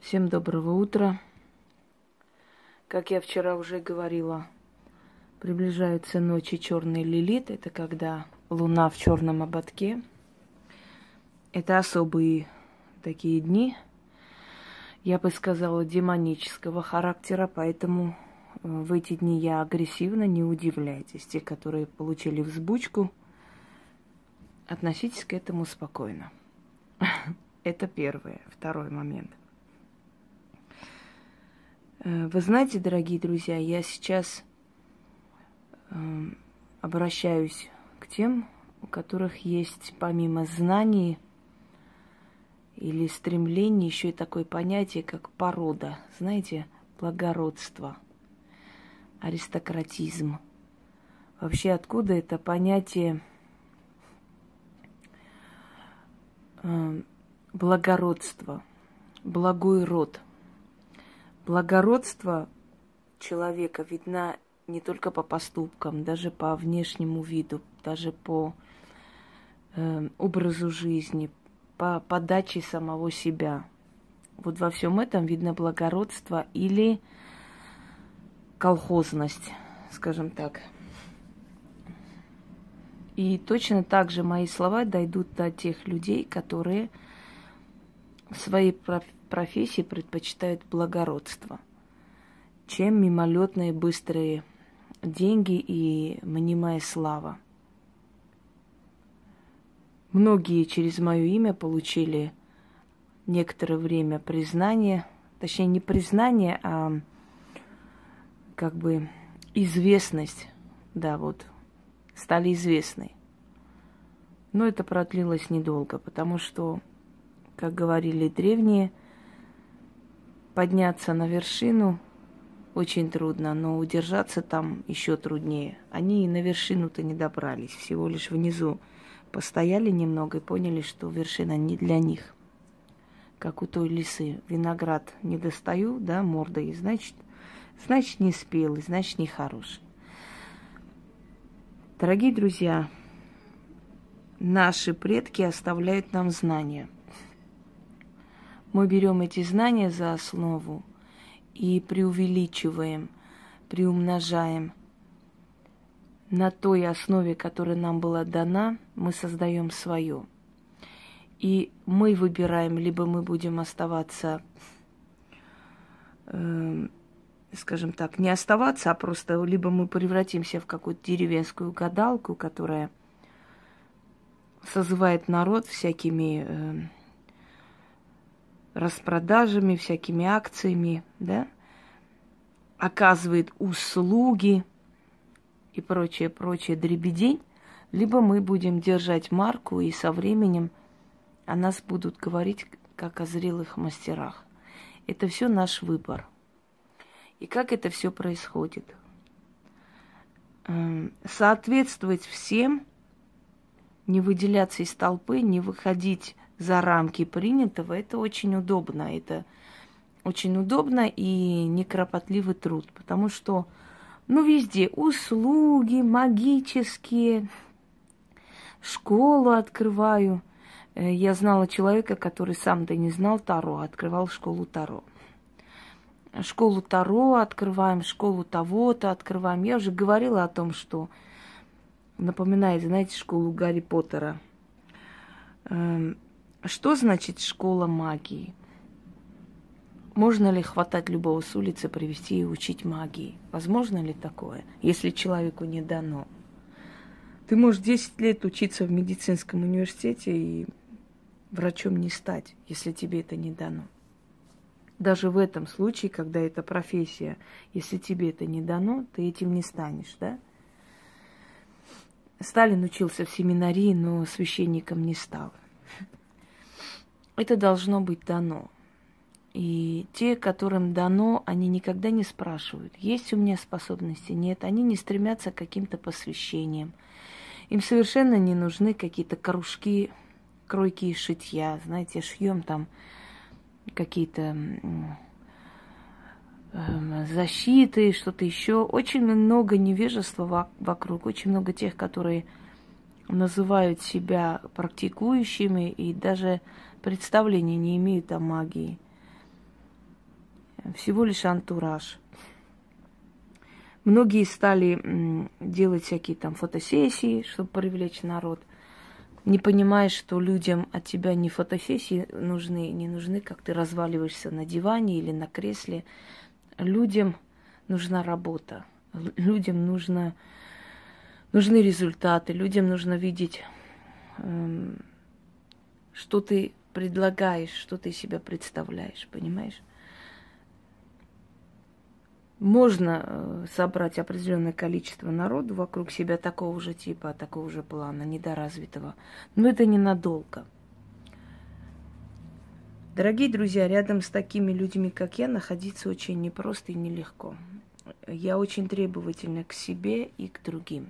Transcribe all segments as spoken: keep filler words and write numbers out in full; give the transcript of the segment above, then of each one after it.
Всем доброго утра. Как я вчера уже говорила, приближаются ночи черный лилит. Это когда луна в черном ободке. Это особые такие дни, я бы сказала, демонического характера, поэтому в эти дни я агрессивна, не удивляйтесь. Те, которые получили взбучку, относитесь к этому спокойно. Это первое. Второй момент. Вы знаете, дорогие друзья, я сейчас э, обращаюсь к тем, у которых есть помимо знаний или стремлений еще и такое понятие, как порода. Знаете, благородство, аристократизм. Вообще откуда это понятие э, благородства, благой род? Благородство человека видно не только по поступкам, даже по внешнему виду, даже по э, образу жизни, по подаче самого себя. Вот во всем этом видно благородство или колхозность, скажем так. И точно так же мои слова дойдут до тех людей, которые в своей профессии профессии предпочитают благородство, чем мимолетные быстрые деньги и мнимая слава. Многие через мое имя получили некоторое время признание, точнее не признание, а как бы известность, да, вот, стали известны. Но это продлилось недолго, потому что, как говорили древние, подняться на вершину очень трудно, но удержаться там еще труднее. Они и на вершину-то не добрались, всего лишь внизу постояли немного и поняли, что вершина не для них. Как у той лисы. Виноград не достаю, да, мордой, значит, значит не спелый, значит не хороший. Дорогие друзья, наши предки оставляют нам знания. Мы берем эти знания за основу и преувеличиваем, приумножаем. На той основе, которая нам была дана, мы создаем свое. И мы выбираем, либо мы будем оставаться, э, скажем так, не оставаться, а просто либо мы превратимся в какую-то деревенскую гадалку, которая созывает народ всякими э, распродажами, всякими акциями, да, оказывает услуги и прочее, прочее дребедень, либо мы будем держать марку, и со временем о нас будут говорить как о зрелых мастерах. Это все наш выбор. И как это все происходит? Соответствовать всем, не выделяться из толпы, не выходить за рамки принятого, это очень удобно. Это очень удобно и некропотливый труд, потому что, ну, везде услуги магические, школу открываю. Я знала человека, который сам-то не знал Таро, открывал школу Таро. Школу Таро открываем, школу того-то открываем. Я уже говорила о том, что напоминает, знаете, школу Гарри Поттера. Что значит школа магии? Можно ли хватать любого с улицы, привести и учить магии? Возможно ли такое, если человеку не дано? Ты можешь десять лет учиться в медицинском университете и врачом не стать, если тебе это не дано. Даже в этом случае, когда это профессия, если тебе это не дано, ты этим не станешь, да? Сталин учился в семинарии, но священником не стал. Это должно быть дано. И те, которым дано, они никогда не спрашивают, есть у меня способности, нет. Они не стремятся к каким-то посвящениям. Им совершенно не нужны какие-то кружки, кройки и шитья. Знаете, шьем там какие-то э, защиты, что-то еще. Очень много невежества вокруг, очень много тех, которые называют себя практикующими и даже представления не имеют о магии. всего лишь антураж. Многие стали делать всякие там фотосессии, чтобы привлечь народ, не понимая, что людям от тебя не фотосессии нужны, не нужны, как ты разваливаешься на диване или на кресле. Людям нужна работа, людям нужно, нужны результаты, людям нужно видеть, эм, что ты предлагаешь, что ты из себя представляешь, понимаешь? Можно собрать определенное количество народу вокруг себя такого же типа, такого же плана, недоразвитого. Но это ненадолго. Дорогие друзья, рядом с такими людьми, как я, находиться очень непросто и нелегко. Я очень требовательна к себе и к другим.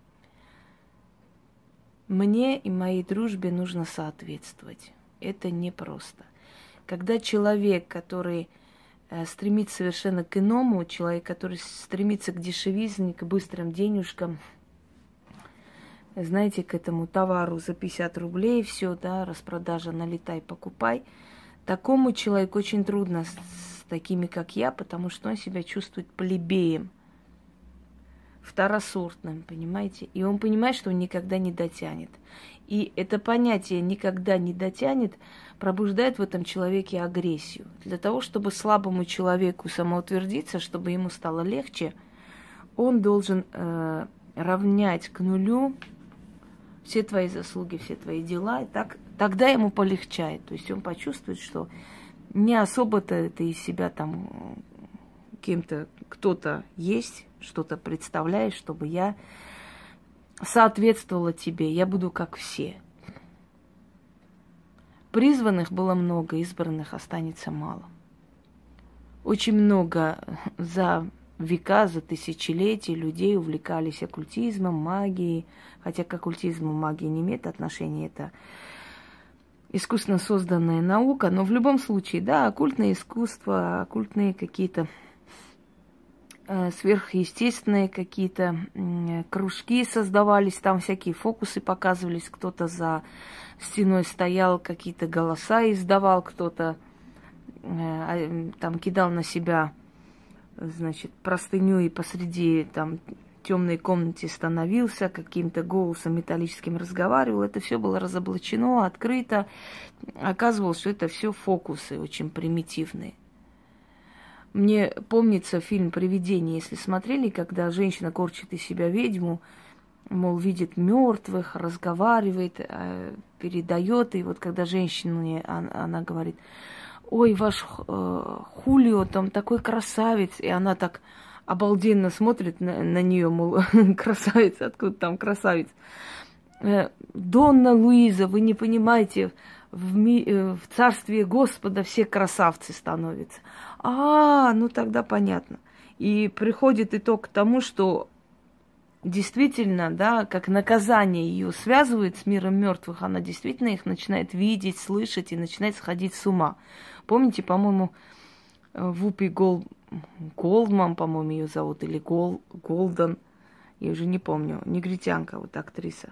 Мне и моей дружбе нужно соответствовать. Это непросто. Когда человек, который стремится совершенно к иному, человек, который стремится к дешевизне, к быстрым денежкам, знаете, к этому товару за пятьдесят рублей, все, да, распродажа, налетай, покупай. Такому человеку очень трудно с, с такими, как я, потому что он себя чувствует плебеем, второсортным, понимаете? И он понимает, что он никогда не дотянет. И это понятие «никогда не дотянет» пробуждает в этом человеке агрессию. Для того, чтобы слабому человеку самоутвердиться, чтобы ему стало легче, он должен э, равнять к нулю все твои заслуги, все твои дела. И так, тогда ему полегчает. То есть он почувствует, что не особо-то ты из себя там кем-то, кто-то есть, что-то представляешь, чтобы я соответствовала тебе, я буду как все. Призванных было много, избранных останется мало. Очень много за века, за тысячелетия людей увлекались оккультизмом, магией, хотя к оккультизму магии не имеет отношения, это искусственно созданная наука, но в любом случае, да, оккультное искусство, оккультные какие-то сверхъестественные какие-то кружки создавались, там всякие фокусы показывались, кто-то за стеной стоял, какие-то голоса издавал, кто-то там кидал на себя, значит, простыню и посреди там темной комнате становился, каким-то голосом металлическим разговаривал. Это все было разоблачено, открыто. Оказывалось, что это все фокусы очень примитивные. Мне помнится фильм «Привидение», если смотрели, когда женщина корчит из себя ведьму, мол, видит мертвых, разговаривает, передает. И вот когда женщина, она говорит: ой, ваш э, Хулио там такой красавец. И она так обалденно смотрит на, на нее, мол, красавец, откуда там красавец. Донна Луиза, вы не понимаете, в, ми, в царстве Господа все красавцы становятся. А, ну тогда понятно. И приходит итог к тому, что действительно, да, как наказание ее связывает с миром мертвых, она действительно их начинает видеть, слышать и начинает сходить с ума. Помните, по-моему, Вупи Гол... Голдман, по-моему, ее зовут, или Гол... Голден, я уже не помню, негритянка, вот актриса.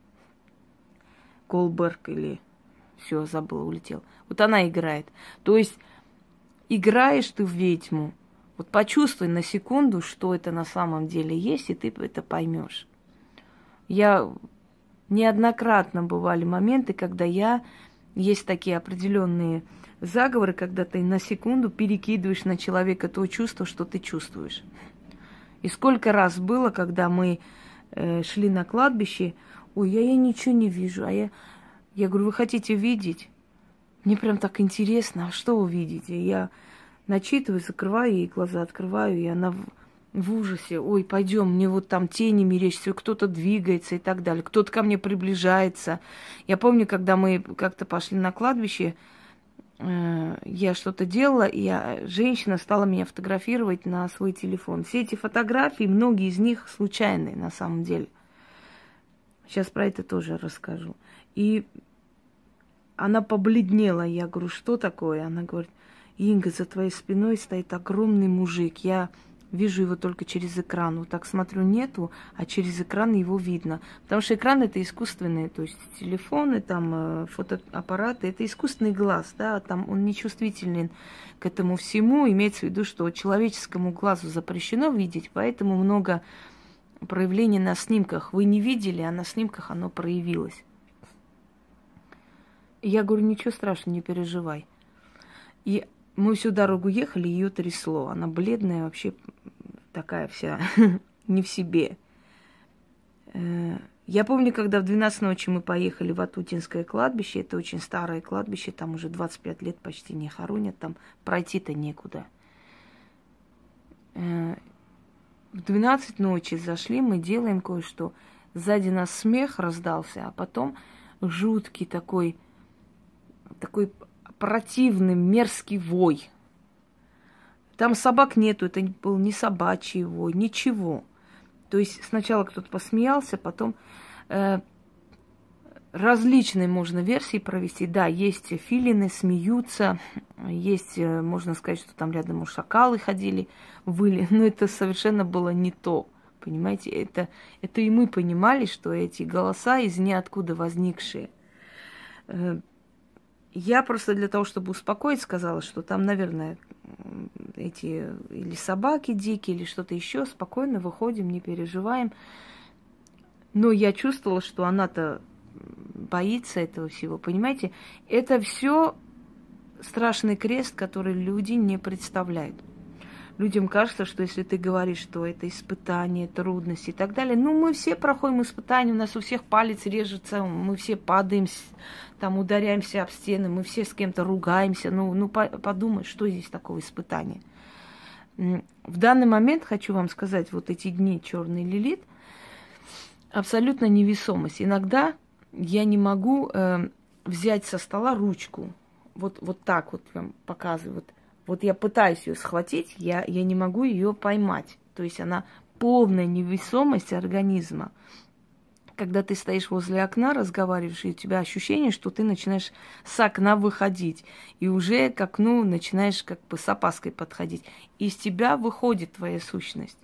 Голберг или... Все, забыла, улетел. Вот она играет. То есть играешь ты в ведьму, вот почувствуй на секунду, что это на самом деле есть, и ты это поймешь. Я неоднократно бывали моменты, когда я есть такие определенные заговоры, когда ты на секунду перекидываешь на человека то чувство, что ты чувствуешь. И сколько раз было, когда мы э, шли на кладбище, ой, я, я ничего не вижу, а я, я говорю, вы хотите видеть? Мне прям так интересно, а что вы видите? Я начитываю, закрываю ей глаза, открываю, и она в, в ужасе. Ой, пойдем, мне вот там тени мерещатся, кто-то двигается и так далее. Кто-то ко мне приближается. Я помню, когда мы как-то пошли на кладбище, э, я что-то делала, и я, женщина стала меня фотографировать на свой телефон. Все эти фотографии, многие из них случайные на самом деле. Сейчас про это тоже расскажу. И она побледнела. Я говорю, что такое? Она говорит, Инга, за твоей спиной стоит огромный мужик. Я вижу его только через экран. Вот так смотрю, нету, а через экран его видно. Потому что экран это искусственный, то есть телефоны, там, фотоаппараты, это искусственный глаз, да, там он не чувствителен к этому всему. Имеется в виду, что человеческому глазу запрещено видеть, поэтому много проявлений на снимках вы не видели, а на снимках оно проявилось. И я говорю, ничего страшного, не переживай. И мы всю дорогу ехали, ее трясло. Она бледная, вообще такая вся не в себе. Я помню, когда в двенадцать ночи мы поехали в Атутинское кладбище, это очень старое кладбище, там уже двадцать пять лет почти не хоронят, там пройти-то некуда. В двенадцать ночи зашли, мы делаем кое-что. Сзади нас смех раздался, а потом жуткий такой, такой противный, мерзкий вой. Там собак нету, это был не собачий вой, ничего. То есть сначала кто-то посмеялся, потом э, различные можно версии провести. Да, есть филины, смеются, есть, можно сказать, что там рядом у шакалы ходили, выли, но это совершенно было не то, понимаете? Это, это и мы понимали, что эти голоса из ниоткуда возникшие. Я просто для того, чтобы успокоить, сказала, что там, наверное, эти или собаки дикие, или что-то еще, спокойно выходим, не переживаем. Но я чувствовала, что она-то боится этого всего, понимаете? Это все страшный крест, который люди не представляют. Людям кажется, что если ты говоришь, что это испытание, трудности и так далее, ну, мы все проходим испытания, у нас у всех палец режется, мы все падаем, там, ударяемся об стены, мы все с кем-то ругаемся. Ну, ну подумай, что здесь такого испытания. В данный момент, хочу вам сказать, вот эти дни черный лилит, абсолютно невесомость. Иногда я не могу э, взять со стола ручку, вот, вот так вот вам показываю, вот. Вот я пытаюсь ее схватить, я, я не могу ее поймать. То есть она полная невесомость организма. Когда ты стоишь возле окна, разговариваешь, и у тебя ощущение, что ты начинаешь с окна выходить. И уже к окну начинаешь как бы с опаской подходить. Из тебя выходит твоя сущность.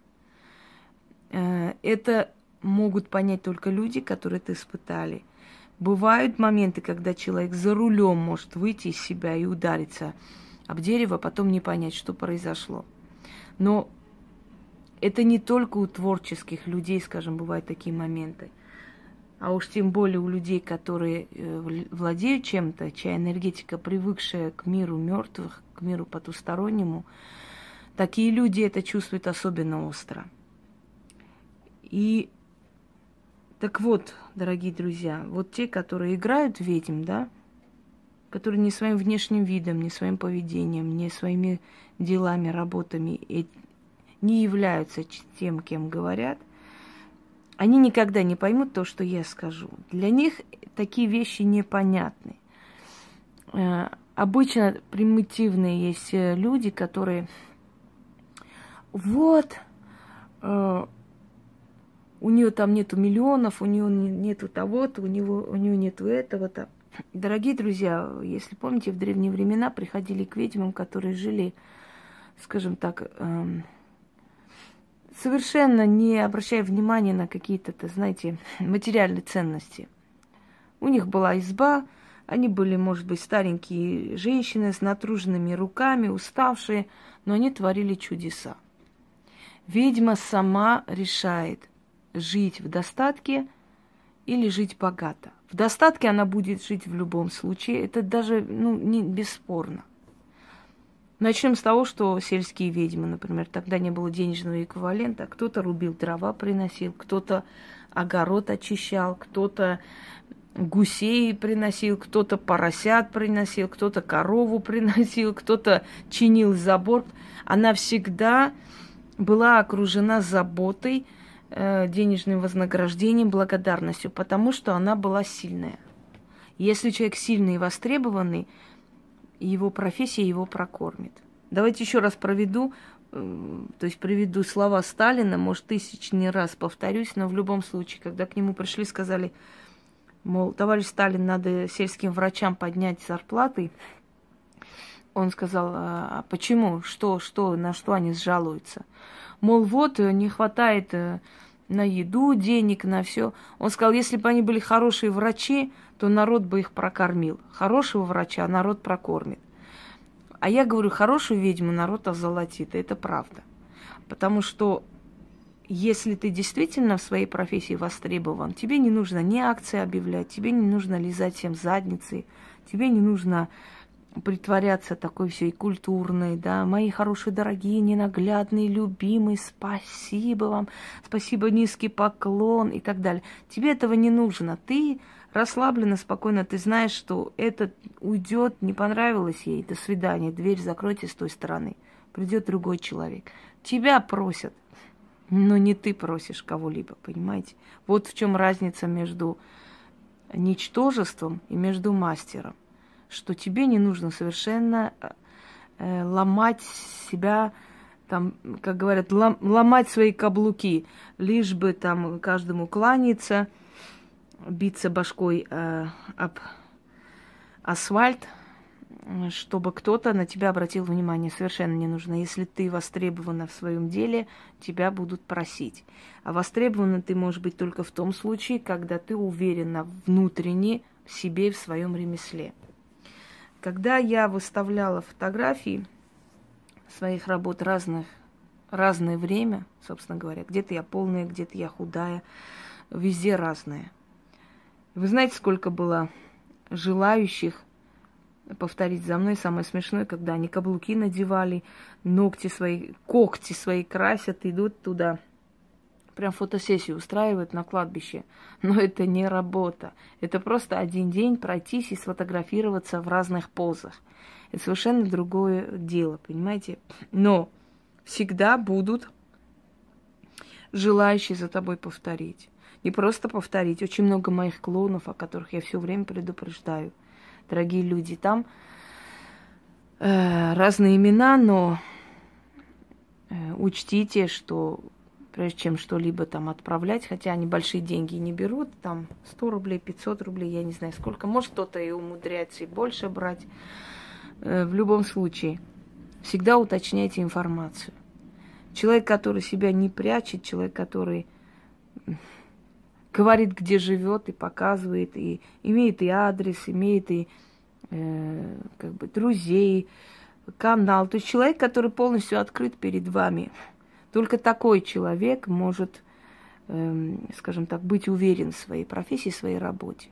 Это могут понять только люди, которые это испытали. Бывают моменты, когда человек за рулем может выйти из себя и удариться об дерево, потом не понять, что произошло. Но это не только у творческих людей, скажем, бывают такие моменты. А уж тем более у людей, которые владеют чем-то, чья энергетика, привыкшая к миру мертвых, к миру потустороннему, такие люди это чувствуют особенно остро. И так вот, дорогие друзья, вот те, которые играют в ведьм, да, которые не своим внешним видом, не своим поведением, не своими делами, работами не являются тем, кем говорят, они никогда не поймут то, что я скажу. Для них такие вещи непонятны. Обычно примитивные есть люди, которые вот у нее там нету миллионов, у нее нету того-то, у него у нее нету этого-то. Дорогие друзья, если помните, в древние времена приходили к ведьмам, которые жили, скажем так, эм, совершенно не обращая внимания на какие-то, знаете, материальные ценности. У них была изба, они были, может быть, старенькие женщины с натруженными руками, уставшие, но они творили чудеса. Ведьма сама решает, жить в достатке или жить богато. В достатке она будет жить в любом случае. Это даже, ну, не бесспорно. Начнем с того, что сельские ведьмы, например, тогда не было денежного эквивалента. Кто-то рубил дрова, приносил, кто-то огород очищал, кто-то гусей приносил, кто-то поросят приносил, кто-то корову приносил, кто-то чинил забор. Она всегда была окружена заботой, денежным вознаграждением, благодарностью, потому что она была сильная. Если человек сильный и востребованный, его профессия его прокормит. Давайте еще раз проведу, то есть приведу слова Сталина, может, тысячный раз повторюсь, но в любом случае, когда к нему пришли, сказали, мол, товарищ Сталин, надо сельским врачам поднять зарплаты, Он сказал, а почему, что, что, на что они жалуются? Мол, вот не хватает на еду денег, на все. Он сказал, если бы они были хорошие врачи, то народ бы их прокормил. Хорошего врача народ прокормит. А я говорю, хорошую ведьму народ озолотит. И это правда. Потому что если ты действительно в своей профессии востребован, тебе не нужно ни акции объявлять, тебе не нужно лизать всем задницы, тебе не нужно притворяться такой всей культурной, да, мои хорошие, дорогие, ненаглядные, любимые, спасибо вам, спасибо, низкий поклон и так далее. Тебе этого не нужно. Ты расслабленно, спокойно, ты знаешь, что это уйдет, не понравилось ей, до свидания, дверь закройте с той стороны. Придет другой человек. Тебя просят, но не ты просишь кого-либо, понимаете? Вот в чем разница между ничтожеством и между мастером. Что тебе не нужно совершенно э, ломать себя, там, как говорят, лом, ломать свои каблуки, лишь бы там каждому кланяться, биться башкой э, об асфальт, чтобы кто-то на тебя обратил внимание. Совершенно не нужно. Если ты востребована в своем деле, тебя будут просить. А востребована ты можешь быть только в том случае, когда ты уверена внутренне в себе и в своем ремесле. Когда я выставляла фотографии своих работ разных, разное время, собственно говоря, где-то я полная, где-то я худая, везде разное. Вы знаете, сколько было желающих повторить за мной? Самое смешное, когда они каблуки надевали, ногти свои, когти свои красят, идут туда. Прям фотосессию устраивают на кладбище. Но это не работа. Это просто один день пройтись и сфотографироваться в разных позах. Это совершенно другое дело, понимаете? Но всегда будут желающие за тобой повторить. Не просто повторить. Очень много моих клонов, о которых я все время предупреждаю. Дорогие люди, там э, разные имена, но э, учтите, что прежде чем что-либо там отправлять, хотя они большие деньги не берут, там сто рублей, пятьсот рублей, я не знаю сколько, может кто-то и умудряется и больше брать. В любом случае, всегда уточняйте информацию. Человек, который себя не прячет, человек, который говорит, где живет, и показывает, и имеет и адрес, имеет и э, как бы друзей, канал, то есть человек, который полностью открыт перед вами. Только такой человек может, эм, скажем так, быть уверен в своей профессии, в своей работе.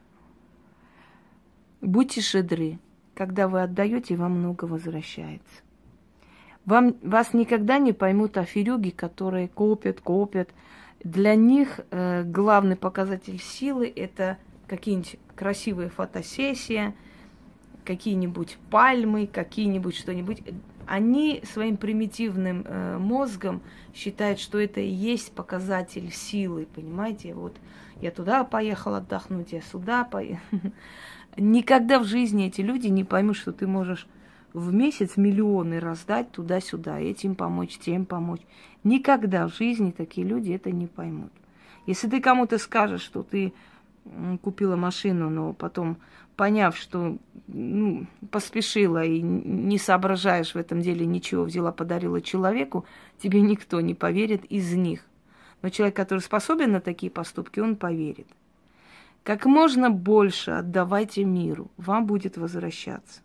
Будьте щедры. Когда вы отдаете, вам много возвращается. Вам, вас никогда не поймут аферюги, которые копят, копят. Для них э, главный показатель силы – это какие-нибудь красивые фотосессии, какие-нибудь пальмы, какие-нибудь что-нибудь. Они своим примитивным э, мозгом считают, что это и есть показатель силы, понимаете? Вот я туда поехал отдохнуть, я сюда поехал. Никогда в жизни эти люди не поймут, что ты можешь в месяц миллионы раздать туда-сюда, этим помочь, тем помочь. Никогда в жизни такие люди это не поймут. Если ты кому-то скажешь, что ты купила машину, но потом, поняв, что ну, поспешила и не соображаешь в этом деле ничего, взяла, подарила человеку, тебе никто не поверит из них. Но человек, который способен на такие поступки, он поверит. Как можно больше отдавайте миру, вам будет возвращаться.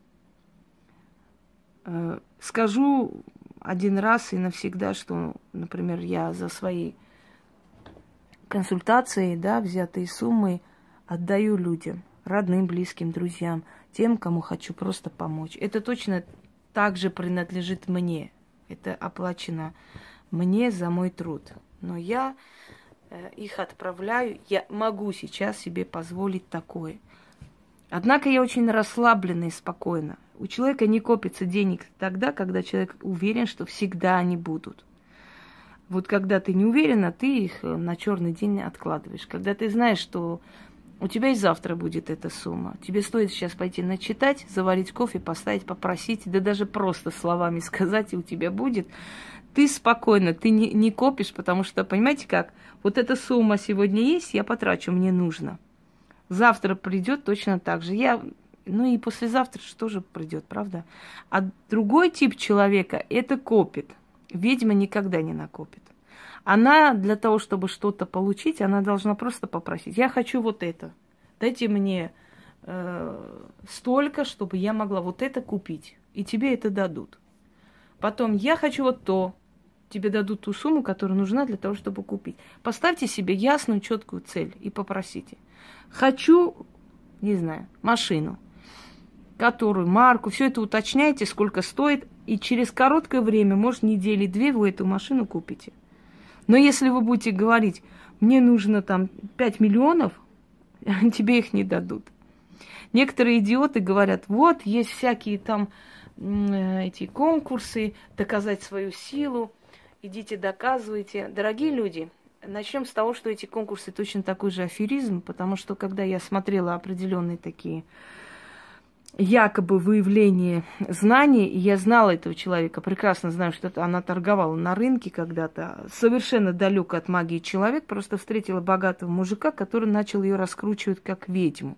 Скажу один раз и навсегда, что, например, я за свои консультации, да, взятые суммы отдаю людям, родным, близким, друзьям, тем, кому хочу просто помочь. Это точно так же принадлежит мне. Это оплачено мне за мой труд. Но я э, их отправляю, я могу сейчас себе позволить такое. Однако я очень расслаблена и спокойна. У человека не копится денег тогда, когда человек уверен, что всегда они будут. Вот когда ты не уверена, ты их на черный день откладываешь. Когда ты знаешь, что у тебя и завтра будет эта сумма. Тебе стоит сейчас пойти начитать, заварить кофе, поставить, попросить, да даже просто словами сказать, и у тебя будет. Ты спокойно, ты не, не копишь, потому что, понимаете как, вот эта сумма сегодня есть, я потрачу, мне нужно. Завтра придет точно так же. Я Ну и послезавтра же тоже придет, правда? А другой тип человека это копит. Ведьма никогда не накопит. Она для того, чтобы что-то получить, она должна просто попросить. Я хочу вот это. Дайте мне э, столько, чтобы я могла вот это купить. И тебе это дадут. Потом я хочу вот то. Тебе дадут ту сумму, которая нужна для того, чтобы купить. Поставьте себе ясную, четкую цель и попросите. Хочу, не знаю, машину, которую, марку, все это уточняйте, сколько стоит, и через короткое время, может, недели две, вы эту машину купите. Но если вы будете говорить, мне нужно там пять миллионов, тебе их не дадут. Некоторые идиоты говорят, вот, есть всякие там эти конкурсы, доказать свою силу. Идите, доказывайте. Дорогие люди, начнем с того, что эти конкурсы точно такой же аферизм, потому что когда я смотрела определенные такие якобы выявления знаний, и я знала этого человека, прекрасно знаю, что она торговала на рынке когда-то, совершенно далек от магии человек, просто встретила богатого мужика, который начал ее раскручивать как ведьму.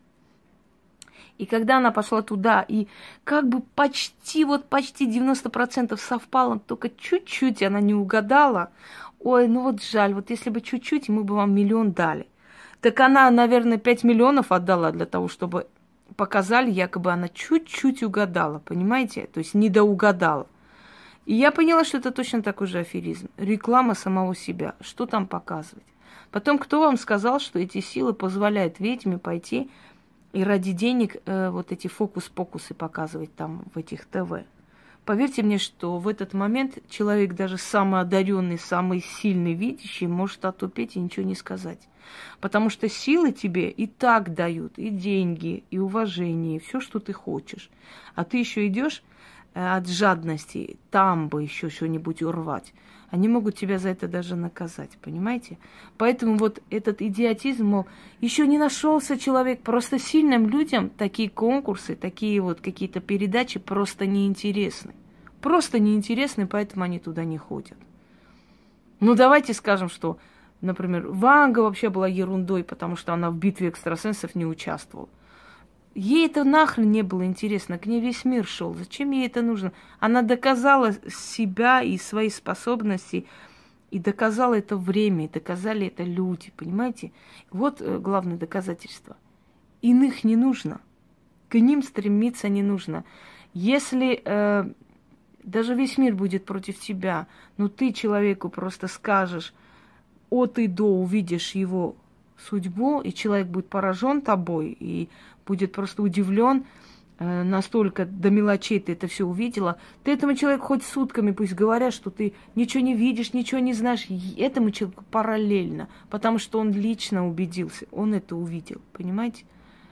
И когда она пошла туда, и как бы почти, вот почти девяносто процентов совпало, только чуть-чуть она не угадала. Ой, ну вот жаль, вот если бы чуть-чуть, мы бы вам миллион дали. Так она, наверное, пять миллионов отдала для того, чтобы показали, якобы она чуть-чуть угадала, понимаете? То есть недоугадала. И я поняла, что это точно такой же аферизм. Реклама самого себя. Что там показывать? Потом, кто вам сказал, что эти силы позволяют ведьме пойти и ради денег э, вот эти фокус-покусы показывать там в этих ТВ. Поверьте мне, что в этот момент человек, даже самый одаренный, самый сильный видящий, может отупеть и ничего не сказать. Потому что силы тебе и так дают, и деньги, и уважение, и все, что ты хочешь. А ты еще идешь э, от жадности, там бы еще что-нибудь урвать. Они могут тебя за это даже наказать, понимаете? Поэтому вот этот идиотизм, мол, еще не нашелся человек. Просто сильным людям такие конкурсы, такие вот какие-то передачи просто неинтересны. Просто неинтересны, поэтому они туда не ходят. Ну, давайте скажем, что, например, Ванга вообще была ерундой, потому что она в битве экстрасенсов не участвовала. Ей это нахрен не было интересно, к ней весь мир шел. Зачем ей это нужно? Она доказала себя и свои способности, и доказала это время, и доказали это люди, понимаете? Вот главное доказательство. Иных не нужно, к ним стремиться не нужно. Если э, даже весь мир будет против тебя, но ты человеку просто скажешь от и до, увидишь его судьбу, и человек будет поражен тобой, и будет просто удивлен, э, настолько до мелочей ты это все увидела. Ты этому человеку хоть сутками пусть говорят, что ты ничего не видишь, ничего не знаешь, этому человеку параллельно, потому что он лично убедился, он это увидел, понимаете?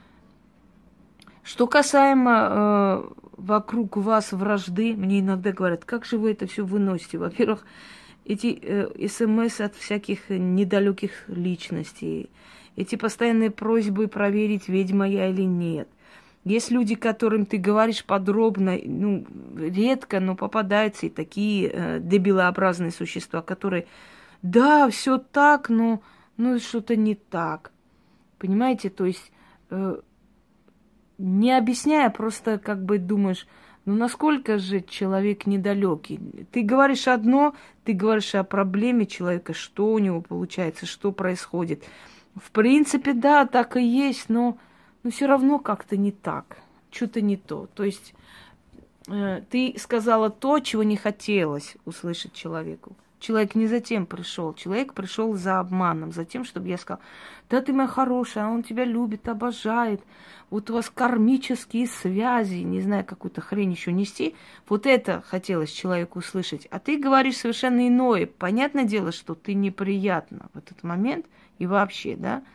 Что касаемо э, вокруг вас вражды, мне иногда говорят, как же вы это все выносите? Во-первых, эти э, смс от всяких недалеких личностей, эти постоянные просьбы проверить, ведьма я или нет. Есть люди, которым ты говоришь подробно, ну, редко, но попадаются и такие э, дебилообразные существа, которые, да, все так, но ну, что-то не так. Понимаете, то есть, э, не объясняя, просто как бы думаешь, ну, насколько же человек недалекий? Ты говоришь одно, ты говоришь о проблеме человека, что у него получается, что происходит. В принципе, да, так и есть, но, но все равно как-то не так, что-то не то. То есть э, ты сказала то, чего не хотелось услышать человеку. Человек не за тем пришел, человек пришел за обманом, за тем, чтобы я сказала, да ты моя хорошая, он тебя любит, обожает, вот у вас кармические связи, не знаю, какую-то хрень еще нести. Вот это хотелось человеку услышать. А ты говоришь совершенно иное. Понятное дело, что ты неприятна в этот момент и вообще, да.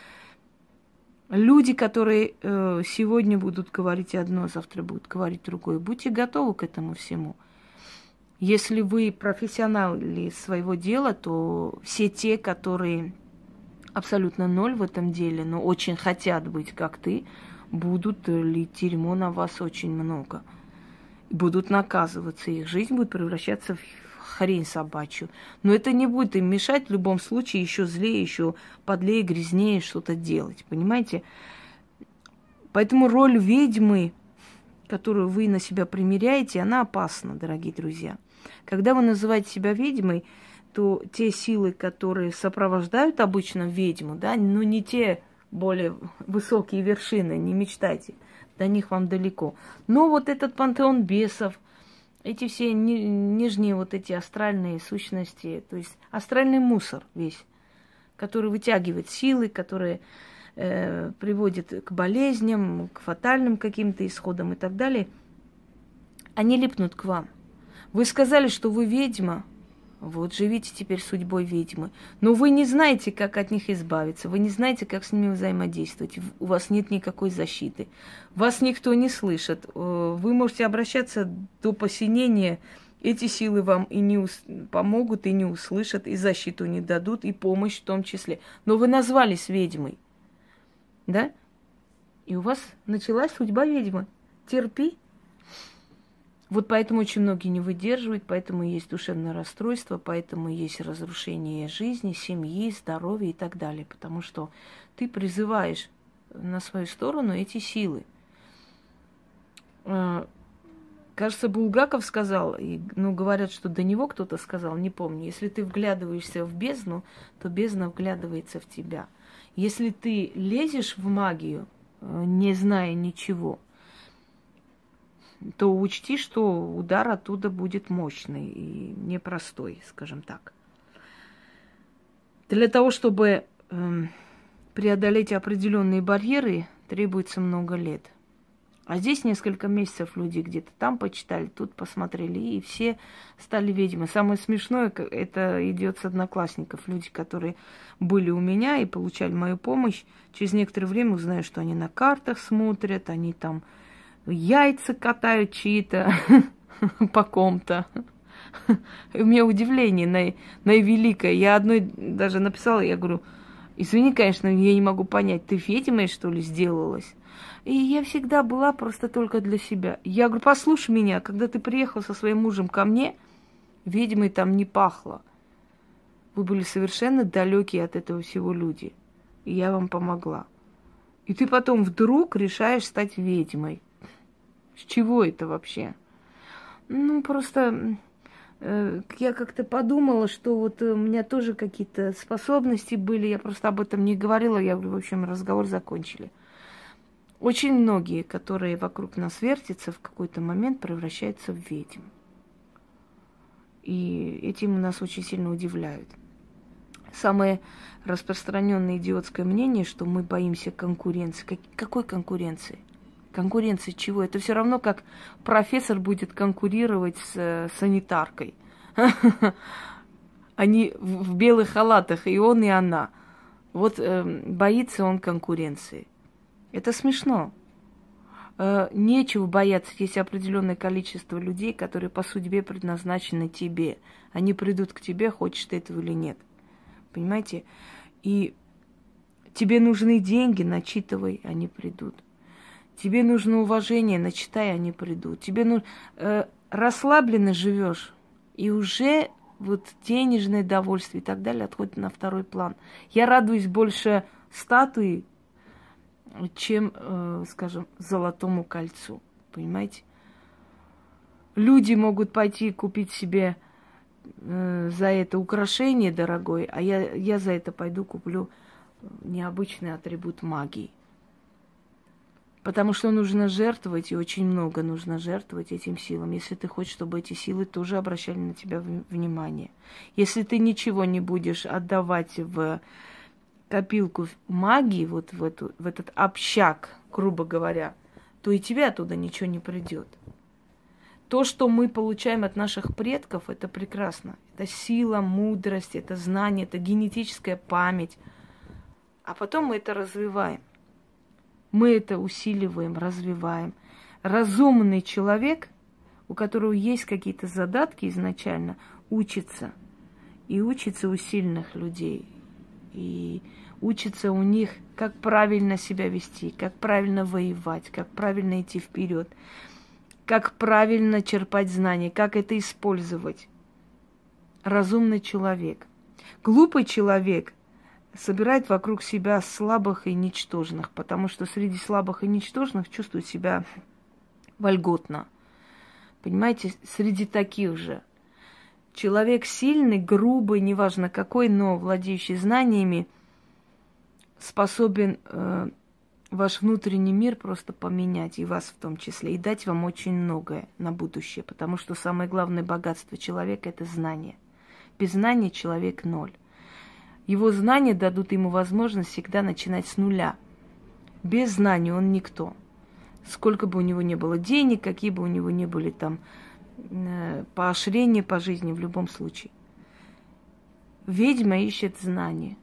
Люди, которые э, сегодня будут говорить одно, завтра будут говорить другое, будьте готовы к этому всему. Если вы профессионалы своего дела, то все те, которые абсолютно ноль в этом деле, но очень хотят быть как ты, будут лить дерьмо на вас очень много. Будут наказываться, их жизнь будет превращаться в хрень собачью. Но это не будет им мешать в любом случае еще злее, еще подлее, грязнее что-то делать. Понимаете? Поэтому роль ведьмы, которую вы на себя примеряете, она опасна, дорогие друзья. Когда вы называете себя ведьмой, то те силы, которые сопровождают обычно ведьму, да, но не те более высокие вершины, не мечтайте, до них вам далеко. Но вот этот пантеон бесов, эти все ни, нижние вот эти астральные сущности, то есть астральный мусор весь, который вытягивает силы, которые э, приводит к болезням, к фатальным каким-то исходам и так далее, они липнут к вам. Вы сказали, что вы ведьма, вот живите теперь судьбой ведьмы. Но вы не знаете, как от них избавиться, вы не знаете, как с ними взаимодействовать. У вас нет никакой защиты, вас никто не слышит. Вы можете обращаться до посинения, эти силы вам и не ус... помогут, и не услышат, и защиту не дадут, и помощь в том числе. Но вы назвались ведьмой, да? И у вас началась судьба ведьмы. Терпи. Вот поэтому очень многие не выдерживают, поэтому есть душевное расстройство, поэтому есть разрушение жизни, семьи, здоровья и так далее. Потому что ты призываешь на свою сторону эти силы. Кажется, Булгаков сказал, и, ну, говорят, что до него кто-то сказал, не помню. Если ты вглядываешься в бездну, то бездна вглядывается в тебя. Если ты лезешь в магию, не зная ничего, то учти, что удар оттуда будет мощный и непростой, скажем так. Для того, чтобы э, преодолеть определенные барьеры, требуется много лет. А здесь несколько месяцев люди где-то там почитали, тут посмотрели, и все стали ведьмы. Самое смешное, это идет с одноклассников. Люди, которые были у меня и получали мою помощь, через некоторое время узнаю, что они на картах смотрят, они там яйца катают чьи-то по ком-то. У меня удивление на, наивеликое. Я одной даже написала, я говорю, извини, конечно, я не могу понять, ты ведьмой, что ли, сделалась? И я всегда была просто только для себя. Я говорю, послушай меня, когда ты приехал со своим мужем ко мне, ведьмой там не пахло. Вы были совершенно далекие от этого всего люди. И я вам помогла. И ты потом вдруг решаешь стать ведьмой. С чего это вообще? Ну, просто э, я как-то подумала, что вот у меня тоже какие-то способности были. Я просто об этом не говорила. Я говорю, в общем, разговор закончили. Очень многие, которые вокруг нас вертятся, в какой-то момент превращаются в ведьм. И этим нас очень сильно удивляют. Самое распространенное идиотское мнение, что мы боимся конкуренции. Как, какой конкуренции? Конкуренция чего? Это все равно, как профессор будет конкурировать с э, санитаркой. Они в белых халатах, и он, и она. Вот э, боится он конкуренции. Это смешно. Э, нечего бояться, есть определенное количество людей, которые по судьбе предназначены тебе. Они придут к тебе, хочешь ты этого или нет. Понимаете? И тебе нужны деньги, начитывай, они придут. Тебе нужно уважение, начитай, они придут. Тебе нужно... Э, расслабленно живешь, и уже вот денежное довольствие и так далее отходит на второй план. Я радуюсь больше статуи, чем, э, скажем, золотому кольцу. Понимаете? Люди могут пойти купить себе э, за это украшение дорогое, а я, я за это пойду куплю необычный атрибут магии. Потому что нужно жертвовать, и очень много нужно жертвовать этим силам, если ты хочешь, чтобы эти силы тоже обращали на тебя внимание. Если ты ничего не будешь отдавать в копилку магии, вот в, эту, в этот общак, грубо говоря, то и тебе оттуда ничего не придет. То, что мы получаем от наших предков, это прекрасно. Это сила, мудрость, это знание, это генетическая память. А потом мы это развиваем. Мы это усиливаем, развиваем. Разумный человек, у которого есть какие-то задатки изначально, учится. И учится у сильных людей. И учится у них, как правильно себя вести, как правильно воевать, как правильно идти вперед, как правильно черпать знания, как это использовать. Разумный человек. Глупый человек собирает вокруг себя слабых и ничтожных, потому что среди слабых и ничтожных чувствует себя вольготно. Понимаете, среди таких же. Человек сильный, грубый, неважно какой, но владеющий знаниями, способен э, ваш внутренний мир просто поменять, и вас в том числе, и дать вам очень многое на будущее, потому что самое главное богатство человека – это знание. Без знания человек ноль. Его знания дадут ему возможность всегда начинать с нуля. Без знаний он никто. Сколько бы у него ни было денег, какие бы у него ни были там э, поощрения по жизни, в любом случае. Ведьма ищет знания.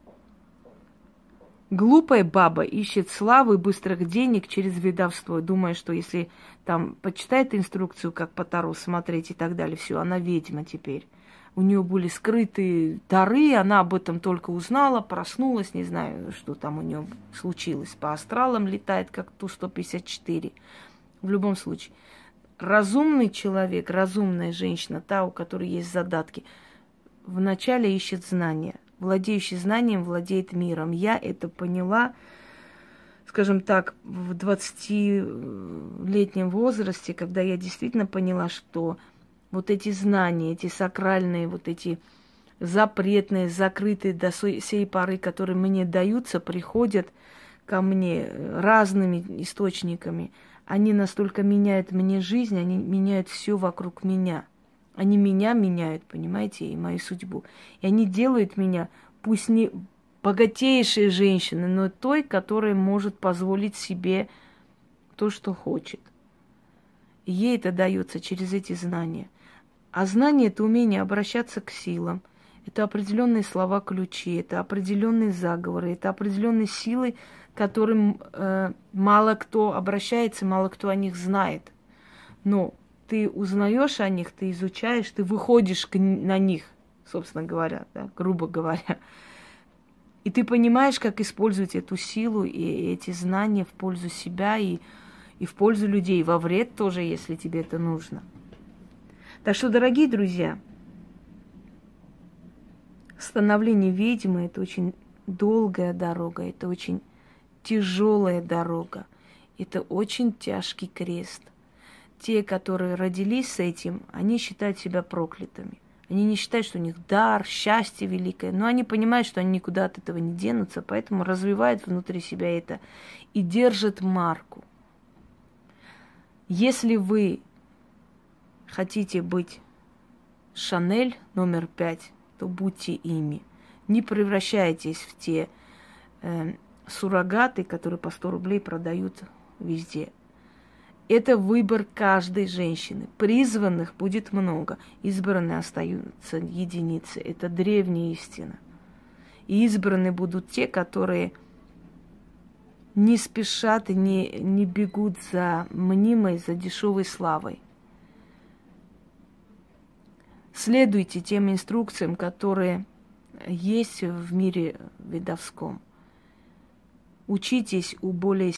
Глупая баба ищет славы и быстрых денег через ведовство, думая, что если там почитает инструкцию, как по Таро смотреть и так далее, все, она ведьма теперь. У нее были скрытые дары, она об этом только узнала, проснулась, не знаю, что там у нее случилось. По астралам летает, как Ту сто пятьдесят четыре. В любом случае, разумный человек, разумная женщина, та, у которой есть задатки, вначале ищет знания. Владеющий знанием владеет миром. Я это поняла, скажем так, в двадцатилетнем возрасте, когда я действительно поняла, что вот эти знания, эти сакральные, вот эти запретные, закрытые до сей поры, которые мне даются, приходят ко мне разными источниками. Они настолько меняют мне жизнь, они меняют все вокруг меня. Они меня меняют, понимаете, и мою судьбу. И они делают меня, пусть не богатейшей женщиной, но той, которая может позволить себе то, что хочет. И ей это дается через эти знания. А знание – это умение обращаться к силам. Это определенные слова-ключи, это определенные заговоры, это определенные силы, к которым э, мало кто обращается, мало кто о них знает. Но ты узнаешь о них, ты изучаешь, ты выходишь к, на них, собственно говоря, да, грубо говоря. И ты понимаешь, как использовать эту силу и эти знания в пользу себя и, и в пользу людей, во вред тоже, если тебе это нужно. Так что, дорогие друзья, становление ведьмы – это очень долгая дорога, это очень тяжелая дорога, это очень тяжкий крест. Те, которые родились с этим, они считают себя проклятыми. Они не считают, что у них дар, счастье великое, но они понимают, что они никуда от этого не денутся, поэтому развивают внутри себя это и держат марку. Если вы хотите быть Шанель номер пять, то будьте ими. Не превращайтесь в те э, суррогаты, которые по сто рублей продают везде. Это выбор каждой женщины. Призванных будет много, избранные остаются единицы. Это древняя истина. И избраны будут те, которые не спешат и не, не бегут за мнимой, за дешевой славой. Следуйте тем инструкциям, которые есть в мире ведовском. Учитесь у более